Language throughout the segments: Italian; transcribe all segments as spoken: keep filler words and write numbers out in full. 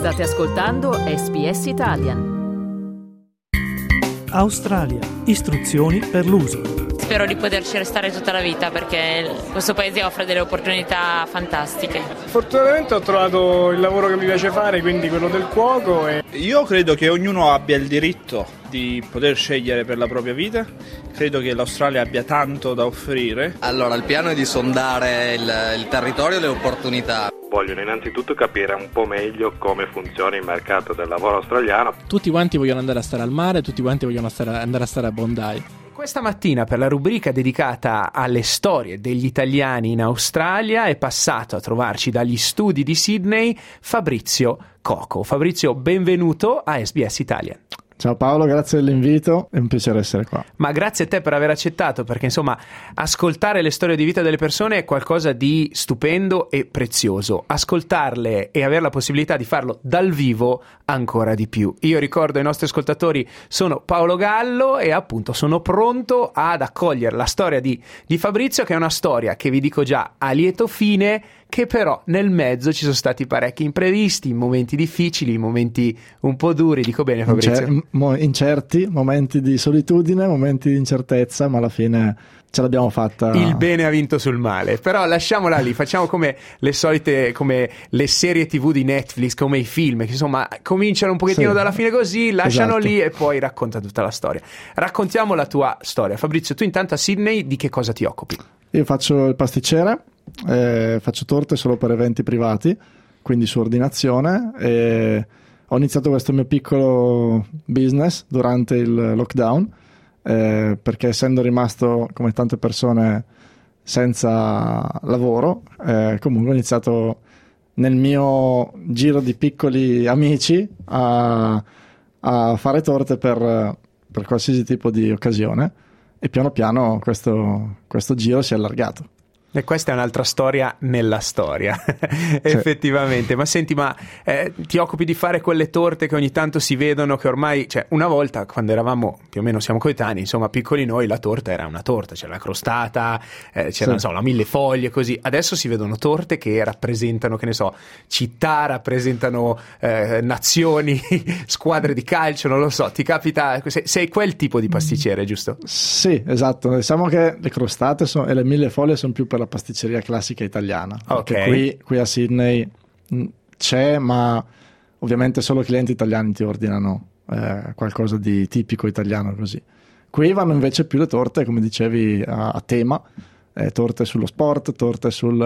State ascoltando S B S Italian. Australia. Istruzioni per l'uso. Spero di poterci restare tutta la vita perché questo paese offre delle opportunità fantastiche. Fortunatamente ho trovato il lavoro che mi piace fare, quindi quello del cuoco. E... Io credo che ognuno abbia il diritto di poter scegliere per la propria vita. Credo che l'Australia abbia tanto da offrire. Allora, il piano è di sondare il, il territorio e le opportunità. Vogliono innanzitutto capire un po' meglio come funziona il mercato del lavoro australiano. Tutti quanti vogliono andare a stare al mare, tutti quanti vogliono stare, andare a stare a Bondi. Questa mattina, per la rubrica dedicata alle storie degli italiani in Australia, è passato a trovarci dagli studi di Sydney Fabrizio Coco. Fabrizio, benvenuto a S B S Italian. Ciao Paolo, grazie dell'invito, è un piacere essere qua. Ma grazie a te per aver accettato, perché insomma ascoltare le storie di vita delle persone è qualcosa di stupendo e prezioso. Ascoltarle e avere la possibilità di farlo dal vivo ancora di più. Io ricordo ai nostri ascoltatori, sono Paolo Gallo e appunto sono pronto ad accogliere la storia di, di Fabrizio, che è una storia che vi dico già a lieto fine, che però nel mezzo ci sono stati parecchi imprevisti, momenti difficili, momenti un po' duri. Dico bene, Fabrizio? Incer- mo- incerti, momenti di solitudine, momenti di incertezza, ma alla fine ce l'abbiamo fatta. Il bene ha vinto sul male. Però lasciamola lì, facciamo come le solite, come le serie tv di Netflix, come i film, che insomma cominciano un pochettino sì. dalla fine così, lasciano esatto. lì e poi racconta tutta la storia. Raccontiamo la tua storia. Fabrizio, tu intanto a Sydney di che cosa ti occupi? Io faccio il pasticcere. Eh, faccio torte solo per eventi privati, quindi su ordinazione, e ho iniziato questo mio piccolo business durante il lockdown, eh, perché essendo rimasto come tante persone senza lavoro, eh, comunque ho iniziato nel mio giro di piccoli amici a, a fare torte per, per qualsiasi tipo di occasione, e piano piano questo, questo giro si è allargato. E questa è un'altra storia nella storia, effettivamente. Ma senti, ma eh, ti occupi di fare quelle torte che ogni tanto si vedono, che ormai, cioè una volta quando eravamo più o meno siamo coetanei, insomma piccoli noi, la torta era una torta, c'era la crostata, eh, c'era sì. non so, la millefoglie, così. Adesso si vedono torte che rappresentano, che ne so, città, rappresentano eh, nazioni, squadre di calcio, non lo so. Ti capita, sei, sei quel tipo di pasticcere, giusto? Sì, esatto. Diciamo che le crostate sono, e le millefoglie sono più per la pasticceria classica italiana. Okay. Qui, qui a Sydney c'è, ma ovviamente solo clienti italiani ti ordinano eh, qualcosa di tipico italiano così. Qui vanno invece più le torte, come dicevi, a, a tema, eh, torte sullo sport, torte sul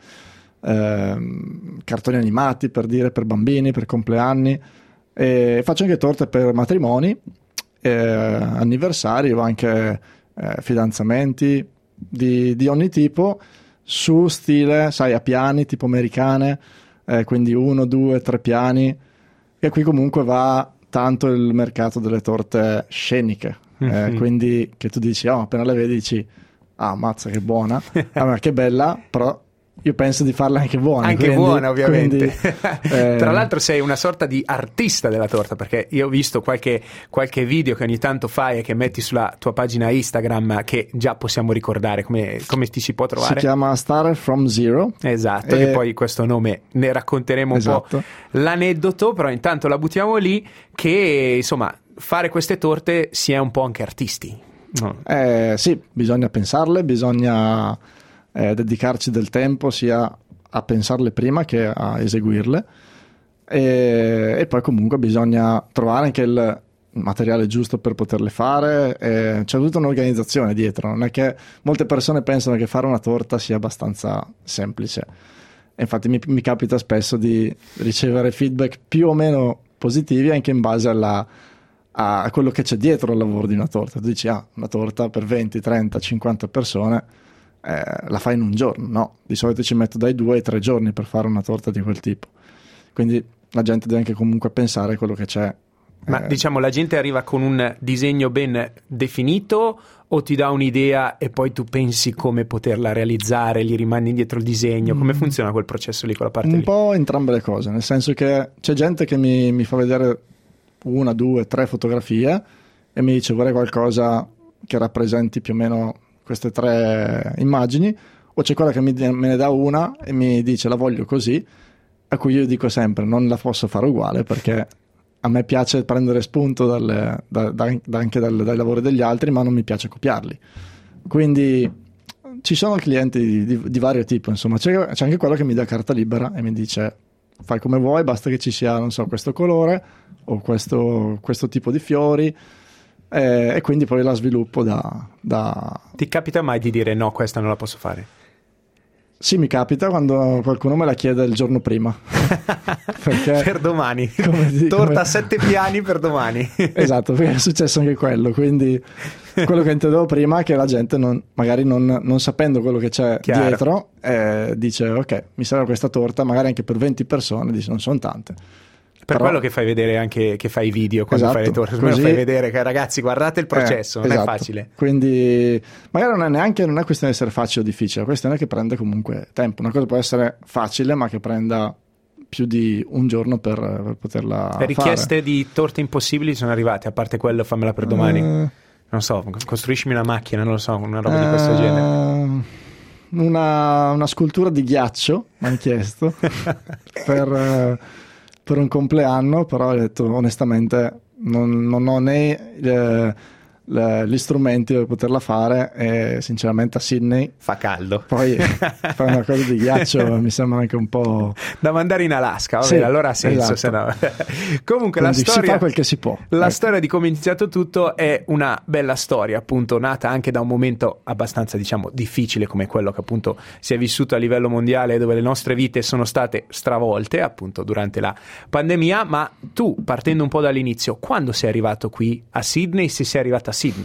eh, cartoni animati, per dire, per bambini, per compleanni, e faccio anche torte per matrimoni, eh, anniversari o anche eh, fidanzamenti Di, di ogni tipo, su stile, sai, a piani tipo americane, eh, quindi uno, due, tre piani, e qui comunque va tanto il mercato delle torte sceniche, mm-hmm. eh, quindi che tu dici, oh, appena le vedi dici, ah, mazza che buona, ah, ma che bella, però io penso di farla anche buona. Anche quindi, buona, ovviamente. Quindi, eh... Tra l'altro sei una sorta di artista della torta, perché io ho visto qualche, qualche video che ogni tanto fai e che metti sulla tua pagina Instagram, che già possiamo ricordare. Come, come ti si può trovare? Si chiama Start From Zero. Esatto, e... che poi questo nome ne racconteremo un esatto. po' l'aneddoto, però intanto la buttiamo lì, che insomma fare queste torte si è un po' anche artisti. No. Eh, sì, bisogna pensarle, bisogna... Eh, dedicarci del tempo sia a pensarle prima che a eseguirle, e, e poi comunque bisogna trovare anche il materiale giusto per poterle fare, e c'è tutta un'organizzazione dietro, non è che molte persone pensano che fare una torta sia abbastanza semplice, e infatti mi, mi capita spesso di ricevere feedback più o meno positivi anche in base alla, a quello che c'è dietro al lavoro di una torta. Tu dici, ah, una torta per venti, trenta, cinquanta persone Eh, la fai in un giorno, no, di solito ci metto dai due ai tre giorni per fare una torta di quel tipo, quindi la gente deve anche comunque pensare a quello che c'è. Ma eh, diciamo, la gente arriva con un disegno ben definito o ti dà un'idea e poi tu pensi come poterla realizzare, gli rimandi indietro il disegno? Come funziona quel processo lì, quella parte un lì? po' entrambe le cose, nel senso che c'è gente che mi, mi fa vedere una, due, tre fotografie e mi dice vorrei qualcosa che rappresenti più o meno queste tre immagini, o c'è quella che mi, me ne dà una e mi dice la voglio così, a cui io dico sempre non la posso fare uguale, perché a me piace prendere spunto dalle, da, da, da anche dal, dai lavori degli altri, ma non mi piace copiarli. Quindi ci sono clienti di, di, di vario tipo, insomma. C'è, c'è anche quello che mi dà carta libera e mi dice fai come vuoi, basta che ci sia, non so, questo colore o questo, questo tipo di fiori, e, e quindi poi la sviluppo da, da... Ti capita mai di dire no, questa non la posso fare? Sì, mi capita quando qualcuno me la chiede il giorno prima. Perché, per domani. Come, Torta come... a sette piani per domani. Esatto, perché è successo anche quello. Quindi quello che intendevo prima è che la gente, non, magari non, non sapendo quello che c'è Chiaro. dietro, eh, dice ok, mi serve questa torta, magari anche per venti persone, dice non sono tante. Per Però... quello che fai vedere anche che fai i video quando esatto, fai le torte, così... fai vedere che ragazzi guardate il processo, eh, non esatto. è facile. Quindi magari non è neanche una questione di essere facile o difficile, è una questione che prende comunque tempo. Una cosa può essere facile ma che prenda più di un giorno per, per poterla Le richieste fare. di torte impossibili sono arrivate, a parte quello fammela per domani. Uh... Non so, costruiscimi una macchina, non lo so, una roba uh... di questo genere. Una, una scultura di ghiaccio mi hanno chiesto per... per un compleanno, però ho detto onestamente non, non ho né eh, le, gli strumenti per poterla fare, e sinceramente a Sydney fa caldo, poi fare una cosa di ghiaccio mi sembra anche un po' da mandare in Alaska. Vabbè, sì, allora ha senso, esatto. Se no. Comunque quindi la storia si fa quel che si può. La ecco. storia di come è iniziato tutto è una bella storia, appunto nata anche da un momento abbastanza, diciamo, difficile come quello che appunto si è vissuto a livello mondiale, dove le nostre vite sono state stravolte appunto durante la pandemia. Ma tu, partendo un po' dall'inizio, quando sei arrivato qui a Sydney, se sei arrivato a Sydney?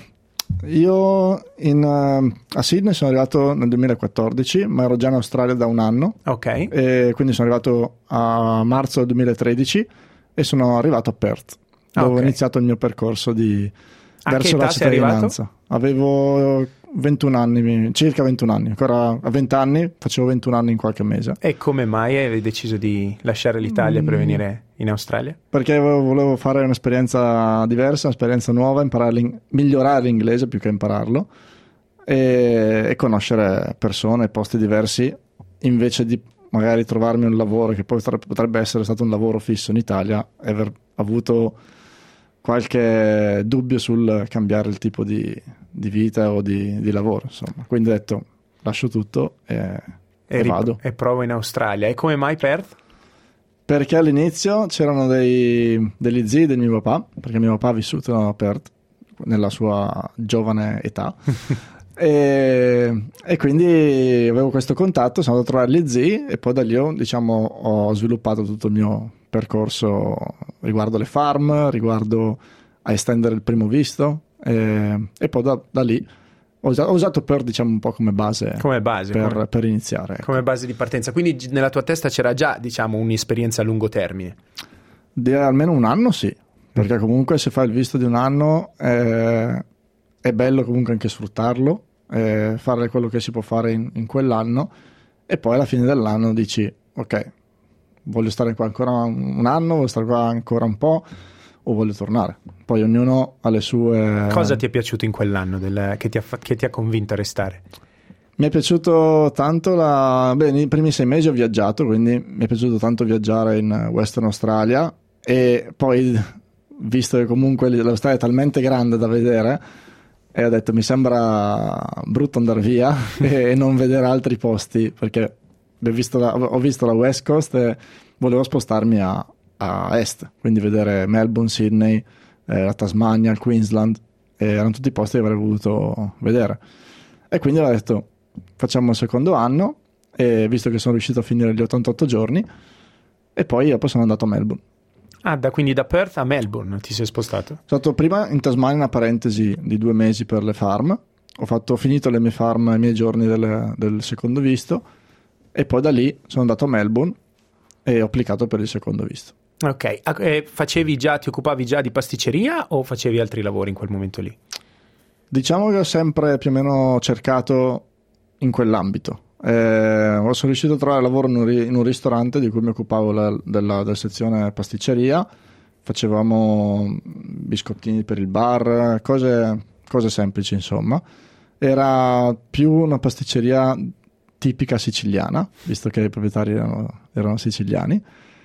Io in, uh, a Sydney sono arrivato nel duemilaquattordici, ma ero già in Australia da un anno. Ok. E quindi sono arrivato a marzo del duemilatredici e sono arrivato a Perth, dove okay. ho iniziato il mio percorso di a verso che la età sei cittadinanza. Avevo ventuno anni, circa ventuno anni, ancora a venti anni, facevo ventuno anni in qualche mese. E come mai hai deciso di lasciare l'Italia mm. per venire in Australia? Perché volevo fare un'esperienza diversa, un'esperienza nuova, imparare, migliorare l'inglese più che impararlo, e, e conoscere persone, posti diversi, invece di magari trovarmi un lavoro che poi potrebbe essere stato un lavoro fisso in Italia e aver avuto qualche dubbio sul cambiare il tipo di, di vita o di, di lavoro, insomma. Quindi ho detto lascio tutto e, e, e rip- vado. E provo in Australia. E come mai Perth? Perché all'inizio c'erano dei, degli zii del mio papà, perché mio papà ha vissuto a Perth nella sua giovane età e, e quindi avevo questo contatto, sono andato a trovare gli zii e poi da lì ho, diciamo, ho sviluppato tutto il mio percorso riguardo le farm, riguardo a estendere il primo visto, e, e poi da, da lì ho usato, ho usato per, diciamo, un po' come base, come base per, come, per iniziare, ecco. Come base di partenza. Quindi nella tua testa c'era già, diciamo, un'esperienza a lungo termine? Di almeno un anno sì, perché comunque se fai il visto di un anno eh, è bello comunque anche sfruttarlo, eh, fare quello che si può fare in, in quell'anno, e poi alla fine dell'anno dici ok, voglio stare qua ancora un anno, voglio stare qua ancora un po', o voglio tornare. Poi ognuno ha le sue... Cosa ti è piaciuto in quell'anno del, che, ti ha, che ti ha convinto a restare? Mi è piaciuto tanto la... Beh, nei primi sei mesi ho viaggiato, quindi mi è piaciuto tanto viaggiare in Western Australia, e poi, visto che comunque l'Australia è talmente grande da vedere, e ho detto mi sembra brutto andare via e non vedere altri posti, perché ho visto la, ho visto la West Coast e volevo spostarmi a, a est, quindi vedere Melbourne, Sydney, eh, la Tasmania, il Queensland, eh, erano tutti posti che avrei voluto vedere. E quindi ho detto facciamo il secondo anno, e visto che sono riuscito a finire gli ottantotto giorni, e poi dopo sono andato a Melbourne. Ah, da, quindi da Perth a Melbourne ti sei spostato? Sono stato prima in Tasmania, una parentesi di due mesi per le farm, ho fatto, ho finito le mie farm, i miei giorni del, del secondo visto, e poi da lì sono andato a Melbourne e ho applicato per il secondo visto. Ok, e facevi già, ti occupavi già di pasticceria o facevi altri lavori in quel momento lì? Diciamo che ho sempre più o meno cercato in quell'ambito. Eh, sono riuscito a trovare lavoro in un, in un ristorante di cui mi occupavo la, della, della sezione pasticceria, facevamo biscottini per il bar, cose, cose semplici insomma. Era più una pasticceria tipica siciliana, visto che i proprietari erano, erano siciliani.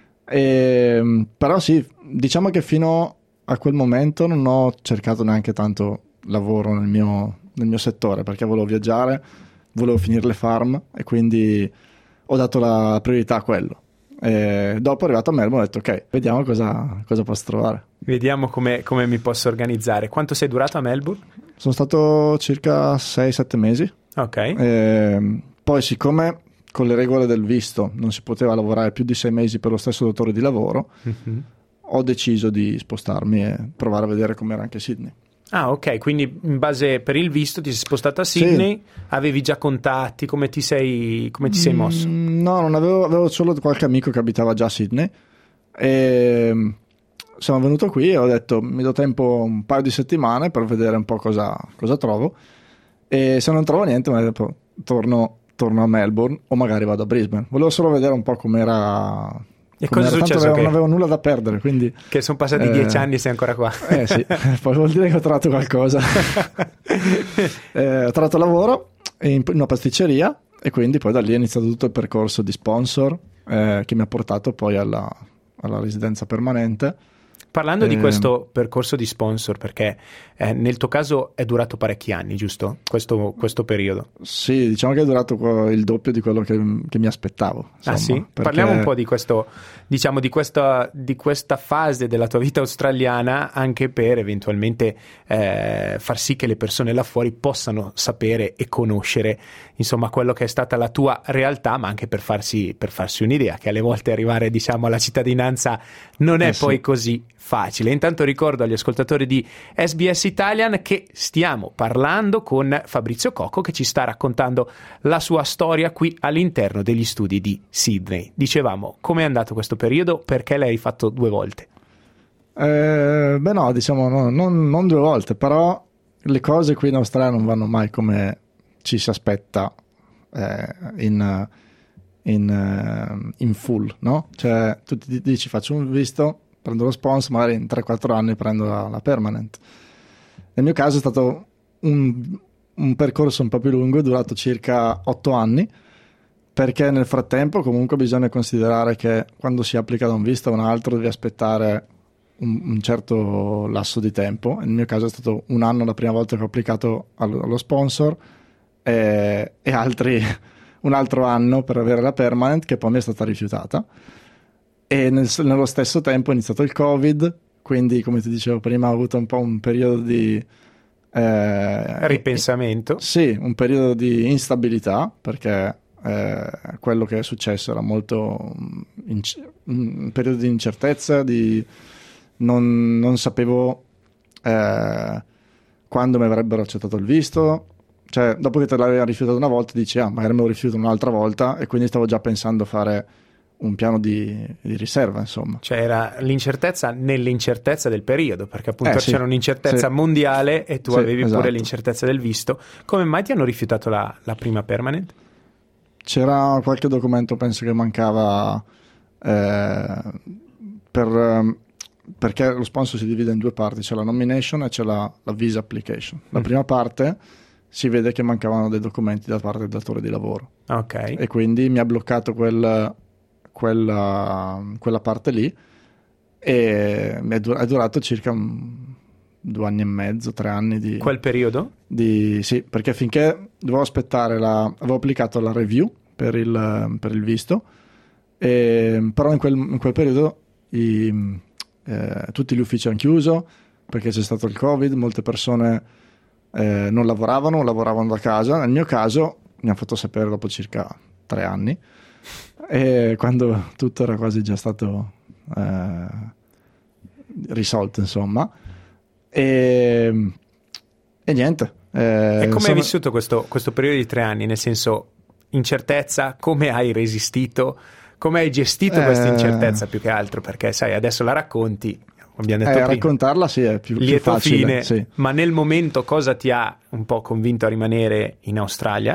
E, però sì, diciamo che fino a quel momento non ho cercato neanche tanto lavoro nel mio, nel mio settore, perché volevo viaggiare, volevo finire le farm e quindi ho dato la priorità a quello. E dopo arrivato a Melbourne ho detto ok, vediamo cosa, cosa posso trovare. Vediamo come, come mi posso organizzare. Quanto sei durato a Melbourne? Sono stato circa sei sette mesi. Ok. E poi siccome con le regole del visto non si poteva lavorare più di sei mesi per lo stesso datore di lavoro, mm-hmm. ho deciso di spostarmi e provare a vedere com'era anche Sydney. Ah, ok, quindi in base per il visto ti sei spostato a Sydney, sì. Avevi già contatti, come ti sei, come ti sei mosso? Mm, no, non avevo, avevo solo qualche amico che abitava già a Sydney e sono venuto qui e ho detto mi do tempo un paio di settimane per vedere un po' cosa, cosa trovo, e se non trovo niente mi detto, torno, torno a Melbourne o magari vado a Brisbane. Volevo solo vedere un po' com'era. E cosa è successo? Avevo, che... non avevo nulla da perdere, quindi... Che sono passati eh, dieci anni e sei ancora qua. Eh sì, poi vuol dire che ho trovato qualcosa. eh, ho trovato lavoro in una pasticceria e quindi poi da lì è iniziato tutto il percorso di sponsor eh, che mi ha portato poi alla, alla residenza permanente. Parlando eh, di questo percorso di sponsor, perché eh, nel tuo caso è durato parecchi anni, giusto? Questo, questo periodo. Sì, diciamo che è durato il doppio di quello che, che mi aspettavo. Insomma, ah sì? Perché... Parliamo un po' di questo, diciamo, di questa, di questa fase della tua vita australiana, anche per eventualmente eh, far sì che le persone là fuori possano sapere e conoscere, insomma, quello che è stata la tua realtà, ma anche per farsi, per farsi un'idea, che alle volte arrivare, diciamo, alla cittadinanza non è eh poi sì. così facile. Intanto ricordo agli ascoltatori di S B S Italian che stiamo parlando con Fabrizio Cocco, che ci sta raccontando la sua storia qui all'interno degli studi di Sydney. Dicevamo, com'è andato questo periodo? Perché l'hai fatto due volte? Eh, beh no, diciamo no, non, non due volte, però le cose qui in Australia non vanno mai come ci si aspetta eh, in, in, in full, no? Cioè tu ti dici faccio un visto, prendo lo sponsor, magari in tre quattro anni prendo la, la permanent. Nel mio caso è stato un, un percorso un po' più lungo, è durato circa otto anni, perché nel frattempo comunque bisogna considerare che quando si applica da un visto a un altro devi aspettare un, un certo lasso di tempo. Nel mio caso è stato un anno la prima volta che ho applicato allo, allo sponsor e, e altri un altro anno per avere la permanent, che poi mi è stata rifiutata. E nel, nello stesso tempo è iniziato il Covid, quindi come ti dicevo prima ho avuto un po' un periodo di eh, ripensamento. Sì, un periodo di instabilità, perché eh, quello che è successo era molto inc- un periodo di incertezza, di non, non sapevo eh, quando mi avrebbero accettato il visto. Cioè, dopo che te l'avevi rifiutato una volta dici ah, magari me lo rifiuto un'altra volta, e quindi stavo già pensando a fare un piano di, di riserva, insomma. Cioè era l'incertezza nell'incertezza del periodo, perché appunto eh, sì, c'era un'incertezza sì. mondiale e tu sì, avevi esatto. pure l'incertezza del visto. Come mai ti hanno rifiutato la, la prima permanent? C'era qualche documento, penso che mancava eh, per, perché lo sponsor si divide in due parti, c'è la nomination e c'è la, la visa application. La mm. prima parte si vede che mancavano dei documenti da parte del datore di lavoro. Ok. E quindi mi ha bloccato quel... Quella, quella parte lì, e è, dur- è durato circa un, due anni e mezzo, tre anni di quel periodo? Di, sì, perché finché dovevo aspettare la, avevo applicato la review per il, per il visto, e, però in quel, in quel periodo i, eh, tutti gli uffici hanno chiuso perché c'è stato il Covid, molte persone eh, non lavoravano, lavoravano da casa. Nel mio caso mi hanno fatto sapere dopo circa tre anni, e quando tutto era quasi già stato eh, risolto, insomma, e, e niente. Eh, e come sono... hai vissuto questo, questo periodo di tre anni? Nel senso, incertezza, come hai resistito? Come hai gestito eh... questa incertezza più che altro? Perché sai, adesso la racconti, abbiamo detto eh, prima, raccontarla sì è più, lieto più facile, fine, sì. Ma nel momento cosa ti ha un po' convinto a rimanere in Australia?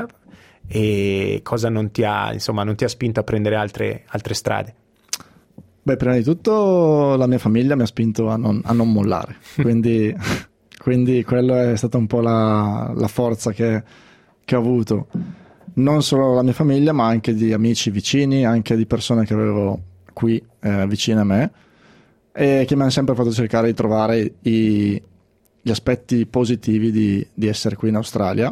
E cosa non ti ha, insomma, non ti ha spinto a prendere altre, altre strade? Beh, prima di tutto la mia famiglia mi ha spinto a non, a non mollare, quindi, quindi quello è stata un po' la, la forza che, che ho avuto. non solo la mia famiglia, ma anche di amici vicini, anche di persone che avevo qui eh, vicine a me, e che mi hanno sempre fatto cercare di trovare i, gli aspetti positivi di, di essere qui in Australia,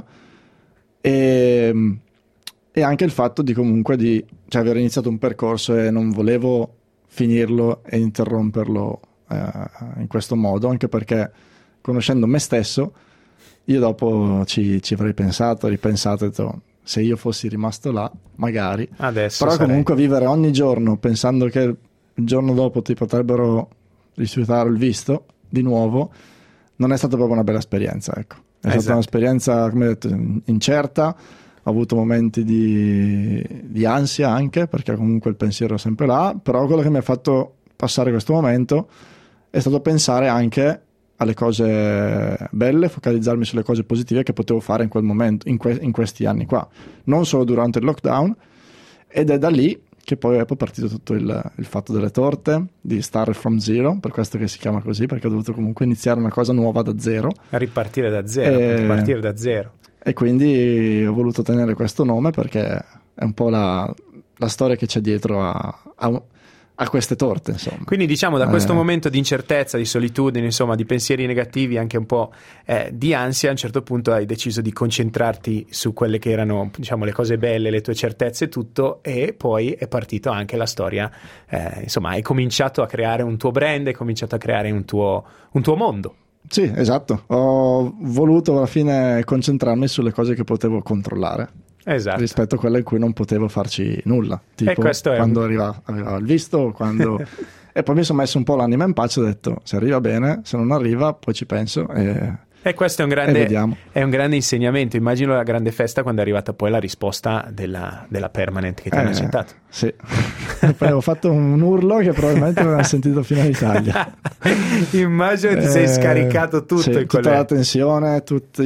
e, e anche il fatto di comunque di cioè, aver iniziato un percorso e non volevo finirlo e interromperlo eh, in questo modo, anche perché conoscendo me stesso io dopo ci, ci avrei pensato, ripensato e detto se io fossi rimasto là magari adesso però sarei... comunque vivere ogni giorno pensando che il giorno dopo ti potrebbero rifiutare il visto di nuovo non è stata proprio una bella esperienza, ecco. È esatto. stata un'esperienza, come detto, incerta. Ho avuto momenti di, di ansia anche perché comunque il pensiero è sempre là, però quello che mi ha fatto passare questo momento è stato pensare anche alle cose belle, focalizzarmi sulle cose positive che potevo fare in quel momento, in, que- in questi anni qua, non solo durante il lockdown, ed è da lì che poi è poi partito tutto il, il fatto delle torte, di start from zero, per questo che si chiama così, perché ho dovuto comunque iniziare una cosa nuova da zero. A ripartire da zero, e, ripartire da zero. E quindi ho voluto tenere questo nome perché è un po' la, la storia che c'è dietro a, a, a queste torte, insomma. Quindi diciamo da questo eh. momento di incertezza, di solitudine, insomma di pensieri negativi, anche un po' eh, di ansia, a un certo punto hai deciso di concentrarti su quelle che erano diciamo le cose belle, le tue certezze e tutto, e poi è partito anche la storia, eh, insomma hai cominciato a creare un tuo brand, hai cominciato a creare un tuo, un tuo mondo. Sì, esatto, ho voluto alla fine concentrarmi sulle cose che potevo controllare. Esatto. Rispetto a quelle in cui non potevo farci nulla, tipo quando un... arriva, arrivava il visto, quando... e poi mi sono messo un po' l'anima in pace, ho detto se arriva bene, se non arriva poi ci penso e, e questo è un grande, è un grande insegnamento. Immagino la grande festa quando è arrivata poi la risposta della, della permanent che ti eh, hanno accettato. Sì, poi ho fatto un urlo che probabilmente non ha sentito fino all'Italia. Immagino che ti eh, sei scaricato tutto sì, in tutta quelle... la tensione,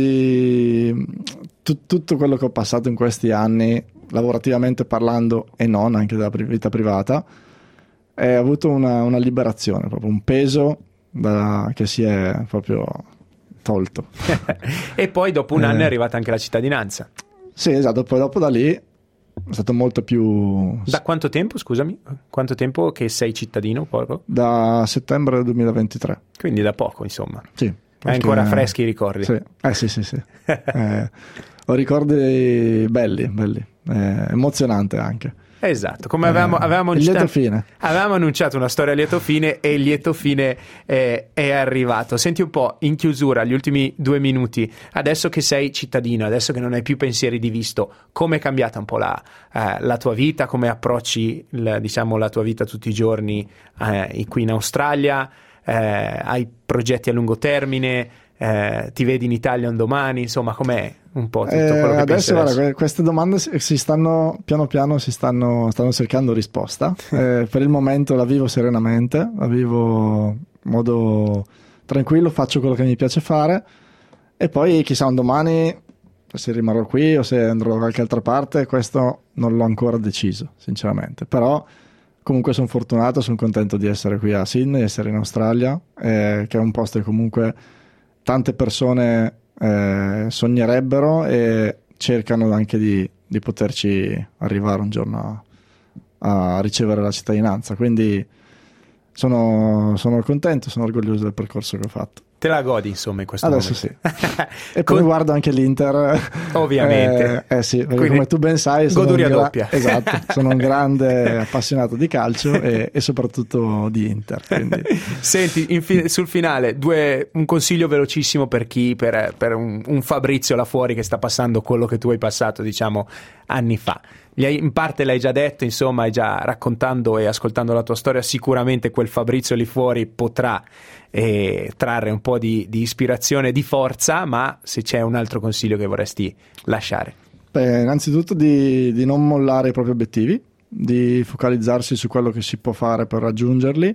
tutti, tu, tutto quello che ho passato in questi anni lavorativamente parlando e non, anche della vita privata, e ho avuto una, una liberazione, proprio un peso da, che si è proprio tolto. E poi dopo un eh, anno è arrivata anche la cittadinanza. Sì, esatto, poi dopo da lì è stato molto più... Da quanto tempo, scusami? Quanto tempo che sei cittadino? Poco? Da settembre del duemilaventitré. Quindi da poco, insomma. Sì. Hai ancora freschi i ricordi? Sì, eh, sì, sì. sì. eh, ho ricordi belli, belli. Eh, emozionante anche. Esatto, come avevamo, avevamo, il lieto fine. avevamo annunciato una storia a lieto fine e il lieto fine è, è arrivato. Senti un po', in chiusura, gli ultimi due minuti, adesso che sei cittadino, adesso che non hai più pensieri di visto, come è cambiata un po' la, eh, la tua vita, come approcci il, diciamo, la tua vita tutti i giorni eh, qui in Australia? Eh, hai progetti a lungo termine? Eh, ti vedi in Italia un domani? Insomma, com'è un po' tutto quello eh, che adesso, pensi guarda, queste domande si stanno piano piano si stanno, stanno cercando risposta. eh, per il momento la vivo serenamente, la vivo in modo tranquillo, faccio quello che mi piace fare e poi chissà un domani se rimarrò qui o se andrò da qualche altra parte, questo non l'ho ancora deciso sinceramente, però comunque sono fortunato, sono contento di essere qui a Sydney, essere in Australia, eh, che è un posto che comunque tante persone eh, sognerebbero e cercano anche di, di poterci arrivare un giorno a, a ricevere la cittadinanza, quindi sono, sono contento, sono orgoglioso del percorso che ho fatto. Te la godi insomma in questo adesso momento. Sì. E poi Con... guardo anche l'Inter ovviamente eh, eh sì, perché come tu ben sai sono goduria un gra... doppia. Esatto, sono un grande appassionato di calcio e, e soprattutto di Inter, quindi. Senti, fi- sul finale due, un consiglio velocissimo per chi per, per un, un Fabrizio là fuori che sta passando quello che tu hai passato diciamo anni fa. In parte l'hai già detto, insomma, hai già raccontando e ascoltando la tua storia, sicuramente quel Fabrizio lì fuori potrà eh, trarre un po' di, di ispirazione, di forza, ma se c'è un altro consiglio che vorresti lasciare? Beh, innanzitutto di, di non mollare i propri obiettivi, di focalizzarsi su quello che si può fare per raggiungerli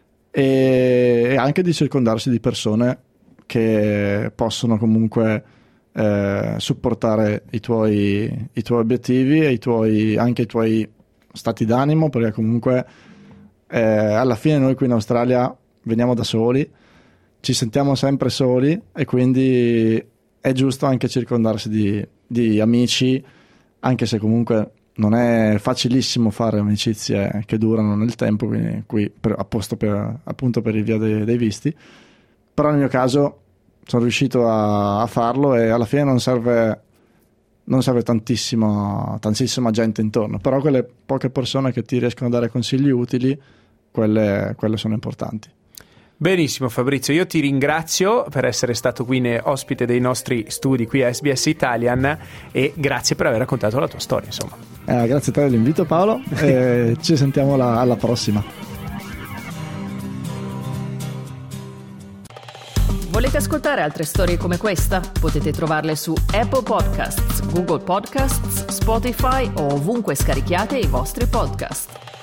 e, e anche di circondarsi di persone che possono comunque Eh, supportare i tuoi, i tuoi obiettivi e i tuoi, anche i tuoi stati d'animo, perché comunque eh, alla fine noi qui in Australia veniamo da soli, ci sentiamo sempre soli e quindi è giusto anche circondarsi di, di amici anche se comunque non è facilissimo fare amicizie che durano nel tempo, quindi qui per, apposta per, appunto per il via dei, dei visti, però nel mio caso sono riuscito a, a farlo e alla fine non serve, non serve tantissimo, tantissima gente intorno, però quelle poche persone che ti riescono a dare consigli utili, quelle, quelle sono importanti. Benissimo Fabrizio, io ti ringrazio per essere stato qui ne ospite dei nostri studi qui a S B S Italian e grazie per aver raccontato la tua storia, insomma. Eh, grazie a te dell'invito Paolo e ci sentiamo la, alla prossima. Volete ascoltare altre storie come questa? Potete trovarle su Apple Podcasts, Google Podcasts, Spotify o ovunque scarichiate i vostri podcast.